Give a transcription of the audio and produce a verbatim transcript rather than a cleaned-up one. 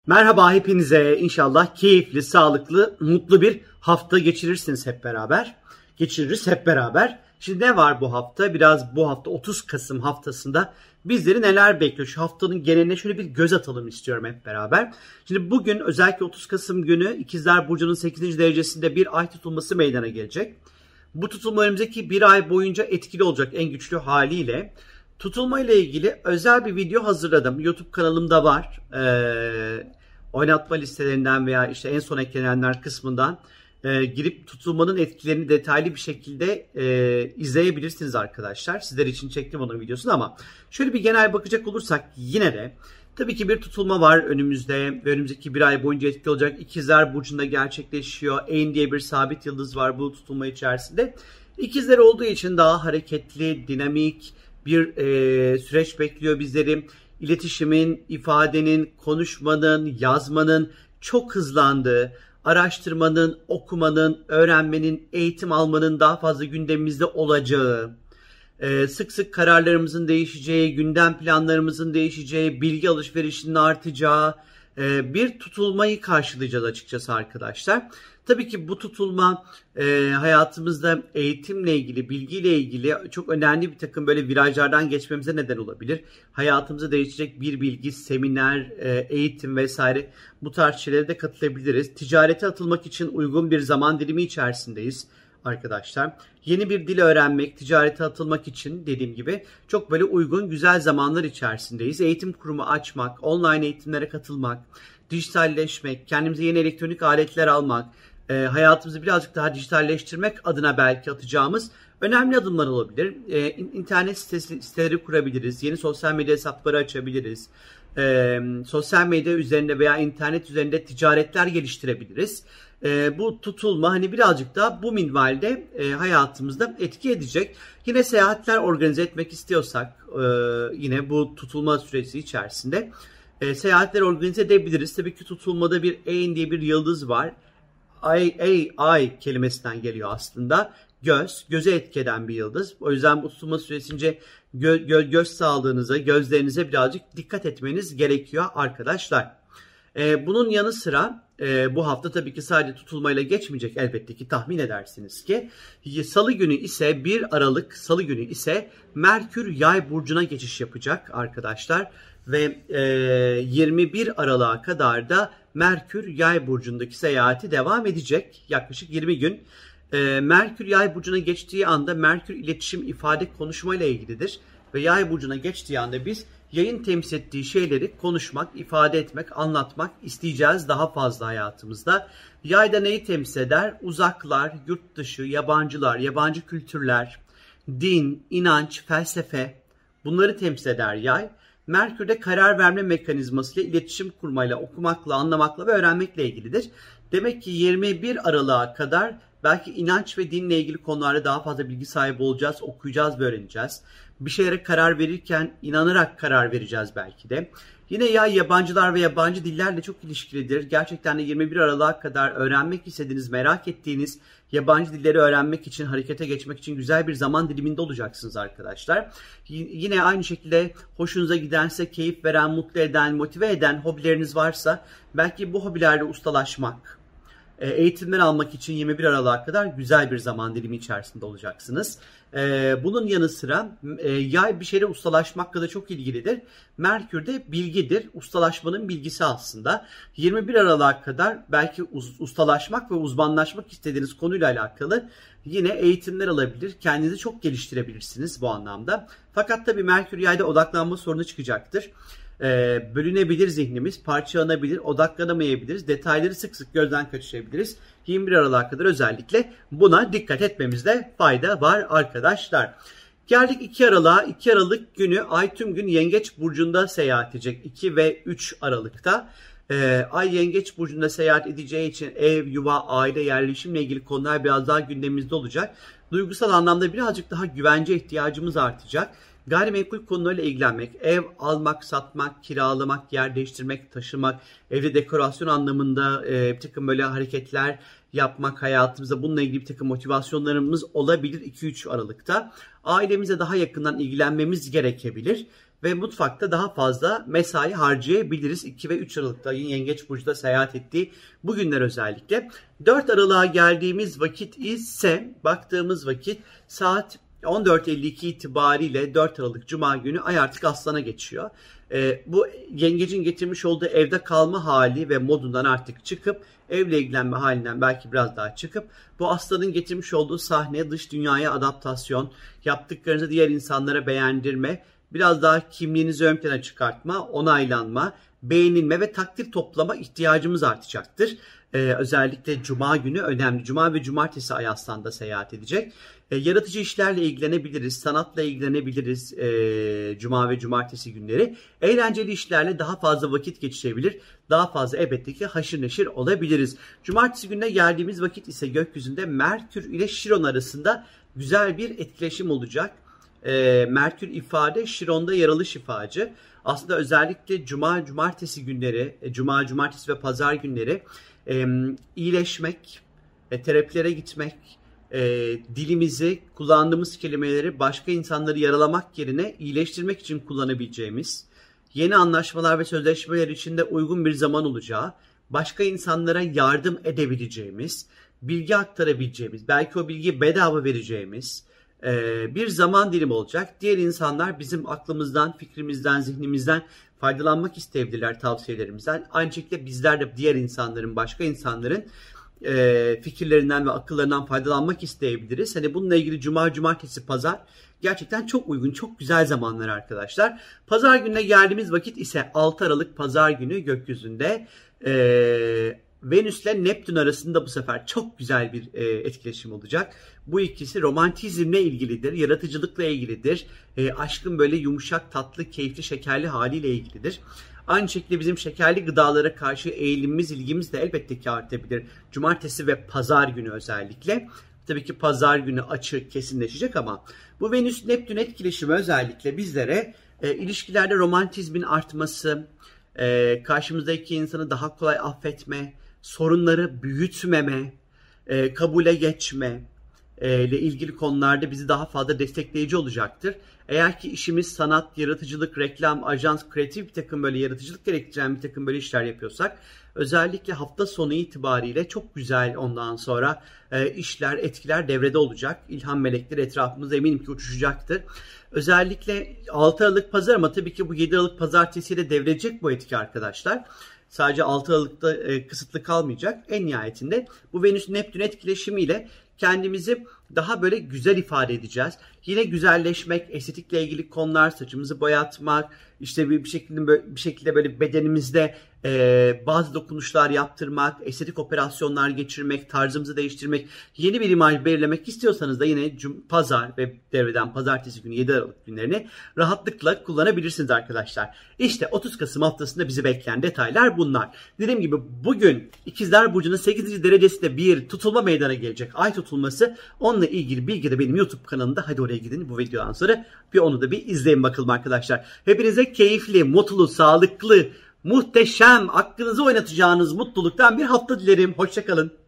Merhaba hepinize. İnşallah keyifli, sağlıklı, mutlu bir hafta geçirirsiniz hep beraber. Geçiririz hep beraber. Şimdi ne var bu hafta? Biraz bu hafta otuz Kasım haftasında bizleri neler bekliyor? Şu haftanın geneline şöyle bir göz atalım istiyorum hep beraber. Şimdi bugün özellikle otuz Kasım günü İkizler Burcu'nun sekizinci derecesinde bir ay tutulması meydana gelecek. Bu tutulma önümüzdeki bir ay boyunca etkili olacak en güçlü haliyle. Tutulma ile ilgili özel bir video hazırladım. YouTube kanalımda var. Ee, oynatma listelerinden veya işte en son eklenenler kısmından e, girip tutulmanın etkilerini detaylı bir şekilde e, izleyebilirsiniz arkadaşlar. Sizler için çektim onun videosunu ama şöyle bir genel bakacak olursak yine de tabii ki bir tutulma var önümüzde ve önümüzdeki bir ay boyunca etkili olacak. İkizler Burcu'nda gerçekleşiyor. Eyn diye bir sabit yıldız var bu tutulma içerisinde. İkizler olduğu için daha hareketli, dinamik bir e, süreç bekliyor bizleri. İletişimin, ifadenin, konuşmanın, yazmanın çok hızlandığı, araştırmanın, okumanın, öğrenmenin, eğitim almanın daha fazla gündemimizde olacağı, e, sık sık kararlarımızın değişeceği, gündem planlarımızın değişeceği, bilgi alışverişinin artacağı e, bir tutulmayı karşılayacağız açıkçası arkadaşlar. Tabii ki bu tutulma e, hayatımızda eğitimle ilgili, bilgiyle ilgili çok önemli bir takım böyle virajlardan geçmemize neden olabilir. Hayatımızı değiştirecek bir bilgi, seminer, e, eğitim vesaire bu tarz şeylere de katılabiliriz. Ticarete atılmak için uygun bir zaman dilimi içerisindeyiz arkadaşlar. Yeni bir dil öğrenmek, ticarete atılmak için dediğim gibi çok böyle uygun, güzel zamanlar içerisindeyiz. Eğitim kurumu açmak, online eğitimlere katılmak, dijitalleşmek, kendimize yeni elektronik aletler almak, e, hayatımızı birazcık daha dijitalleştirmek adına belki atacağımız önemli adımlar olabilir. E, internet sitesi, siteleri kurabiliriz, yeni sosyal medya hesapları açabiliriz, e, sosyal medya üzerinde veya internet üzerinde ticaretler geliştirebiliriz. E, bu tutulma hani birazcık daha bu minvalde e, hayatımızda etki edecek. Yine seyahatler organize etmek istiyorsak e, yine bu tutulma süresi içerisinde E, seyahatler organize edebiliriz. Tabii ki tutulmada bir Eyn diye bir yıldız var. Ay, ay, ay kelimesinden geliyor aslında. Göz, göze etki eden bir yıldız. O yüzden bu tutulma süresince gö, gö, göz sağlığınıza, gözlerinize birazcık dikkat etmeniz gerekiyor arkadaşlar. E, bunun yanı sıra e, bu hafta tabii ki sadece tutulmayla geçmeyecek elbette ki tahmin edersiniz ki. Salı günü ise bir Aralık Salı günü ise Merkür Yay burcuna geçiş yapacak arkadaşlar. Ve e, yirmi bir Aralık'a kadar da Merkür Yay burcundaki seyahati devam edecek. Yaklaşık yirmi gün. E, Merkür Yay burcuna geçtiği anda Merkür iletişim, ifade, konuşma ile ilgilidir. Ve Yay burcuna geçtiği anda biz yayın temsil ettiği şeyleri konuşmak, ifade etmek, anlatmak isteyeceğiz daha fazla hayatımızda. Yayda neyi temsil eder? Uzaklar, yurt dışı, yabancılar, yabancı kültürler, din, inanç, felsefe bunları temsil eder Yay. Merkür'de karar verme mekanizmasıyla iletişim kurmayla, okumakla, anlamakla ve öğrenmekle ilgilidir. Demek ki yirmi bir Aralık'a kadar belki inanç ve dinle ilgili konularda daha fazla bilgi sahibi olacağız, okuyacağız ve öğreneceğiz. Bir şeylere karar verirken inanarak karar vereceğiz belki de. Yine ya yabancılar ve yabancı dillerle çok ilişkilidir. Gerçekten de yirmi bir Aralık'a kadar öğrenmek istediğiniz, merak ettiğiniz yabancı dilleri öğrenmek için, harekete geçmek için güzel bir zaman diliminde olacaksınız arkadaşlar. Y- yine aynı şekilde hoşunuza gidense, keyif veren, mutlu eden, motive eden hobileriniz varsa belki bu hobilerle ustalaşmak, eğitimler almak için yirmi bir Aralık'a kadar güzel bir zaman dilimi içerisinde olacaksınız. Bunun yanı sıra Yay bir şeyle ustalaşmakla da çok ilgilidir. Merkür de bilgidir. Ustalaşmanın bilgisi aslında. yirmi bir Aralık'a kadar belki ustalaşmak ve uzmanlaşmak istediğiniz konuyla alakalı yine eğitimler alabilir. Kendinizi çok geliştirebilirsiniz bu anlamda. Fakat tabii Merkür Yay'da odaklanma sorunu çıkacaktır. Ee, bölünebilir zihnimiz, parçalanabilir, odaklanamayabiliriz, detayları sık sık gözden kaçırabiliriz. yirmi bir Aralık'a kadar özellikle buna dikkat etmemizde fayda var arkadaşlar. Geldik iki Aralık'a. iki Aralık günü Ay tüm gün Yengeç Burcu'nda seyahat edecek. iki ve üç Aralık'ta. Ee, Ay Yengeç Burcu'nda seyahat edeceği için ev, yuva, aile, yerleşimle ilgili konular biraz daha gündemimizde olacak. Duygusal anlamda birazcık daha güvence ihtiyacımız artacak. Gayrimenkul konularıyla ilgilenmek, ev almak, satmak, kiralamak, yer değiştirmek, taşımak, evde dekorasyon anlamında e, bir takım böyle hareketler yapmak hayatımızda bununla ilgili bir takım motivasyonlarımız olabilir iki üç Aralık'ta. Ailemize daha yakından ilgilenmemiz gerekebilir. ve mutfakta daha fazla mesai harcayabiliriz. iki ve üç Aralık'ta ayın Yengeç Burcu'da seyahat ettiği bu günler özellikle. dört Aralık'a geldiğimiz vakit ise baktığımız vakit saat on dört elli iki itibariyle dört Aralık Cuma günü ay artık Aslan'a geçiyor. Ee, bu yengecin getirmiş olduğu evde kalma hali ve modundan artık çıkıp evle ilgilenme halinden belki biraz daha çıkıp bu Aslan'ın getirmiş olduğu sahneye, dış dünyaya adaptasyon, yaptıklarınızı diğer insanlara beğendirme, biraz daha kimliğinizi ön plana çıkartma, onaylanma, beğenilme ve takdir toplama ihtiyacımız artacaktır. Ee, özellikle Cuma günü önemli. Cuma ve Cumartesi ay Aslan'da seyahat edecek. Ee, yaratıcı işlerle ilgilenebiliriz, sanatla ilgilenebiliriz e, Cuma ve Cumartesi günleri. Eğlenceli işlerle daha fazla vakit geçirebilir, daha fazla elbette ki haşır neşir olabiliriz. Cumartesi gününe geldiğimiz vakit ise gökyüzünde Merkür ile Şiron arasında güzel bir etkileşim olacak. E, Merkür ifade, Şiron'da yaralı şifacı. Aslında özellikle Cuma, Cumartesi günleri, Cuma, Cumartesi ve Pazar günleri e, iyileşmek, e, terapilere gitmek, e, dilimizi, kullandığımız kelimeleri başka insanları yaralamak yerine iyileştirmek için kullanabileceğimiz, yeni anlaşmalar ve sözleşmeler için de uygun bir zaman olacağı, başka insanlara yardım edebileceğimiz, bilgi aktarabileceğimiz, belki o bilgiyi bedava vereceğimiz bir zaman dilimi olacak. Diğer insanlar bizim aklımızdan, fikrimizden, zihnimizden faydalanmak isteyebilirler, tavsiyelerimizden. Aynı şekilde bizler de diğer insanların, başka insanların fikirlerinden ve akıllarından faydalanmak isteyebiliriz. Hani bununla ilgili Cuma, Cumartesi, Pazar gerçekten çok uygun, çok güzel zamanlar arkadaşlar. Pazar gününe geldiğimiz vakit ise altı Aralık Pazar günü gökyüzünde Ee, Venüs ile Neptün arasında bu sefer çok güzel bir e, etkileşim olacak. Bu ikisi romantizmle ilgilidir, yaratıcılıkla ilgilidir. E, aşkın böyle yumuşak, tatlı, keyifli, şekerli haliyle ilgilidir. Aynı şekilde bizim şekerli gıdalara karşı eğilimimiz, ilgimiz de elbette ki artabilir. Cumartesi ve Pazar günü özellikle. Tabii ki Pazar günü açı kesinleşecek ama bu Venüs-Neptün etkileşimi özellikle bizlere e, ilişkilerde romantizmin artması, e, karşımızdaki insanı daha kolay affetme, sorunları büyütmeme, e, kabule geçme e, ile ilgili konularda bizi daha fazla destekleyici olacaktır. Eğer ki işimiz sanat, yaratıcılık, reklam, ajans, kreatif bir takım böyle yaratıcılık gerektiren bir takım böyle işler yapıyorsak özellikle hafta sonu itibariyle çok güzel ondan sonra e, işler, etkiler devrede olacak. İlham melekleri etrafımızda eminim ki uçuşacaktır. Özellikle altı Aralık Pazar ama tabii ki bu yedi Aralık Pazartesi'yle devredecek bu etki arkadaşlar. Sadece altı Aralık'ta e, kısıtlı kalmayacak. En nihayetinde bu Venüs-Neptün etkileşimiyle kendimizi daha böyle güzel ifade edeceğiz. Yine güzelleşmek, estetikle ilgili konular, saçımızı boyatmak, işte bir, bir şekilde böyle, bir şekilde böyle bedenimizde e, bazı dokunuşlar yaptırmak, estetik operasyonlar geçirmek, tarzımızı değiştirmek, yeni bir imaj belirlemek istiyorsanız da yine cum- pazar ve devreden pazartesi günü yedi Aralık günlerini rahatlıkla kullanabilirsiniz arkadaşlar. İşte otuz Kasım haftasında bizi bekleyen detaylar bunlar. Dediğim gibi bugün İkizler Burcu'nun sekizinci derecesinde bir tutulma meydana gelecek. Ay tutulması. Onunla ilgili bilgi de benim YouTube kanalımda. Hadi oraya gidin bu videodan sonra bir onu da bir izleyin bakalım arkadaşlar. Hepinize keyifli, mutlu, sağlıklı, muhteşem, aklınızı oynatacağınız mutluluktan bir hafta dilerim. Hoşça kalın.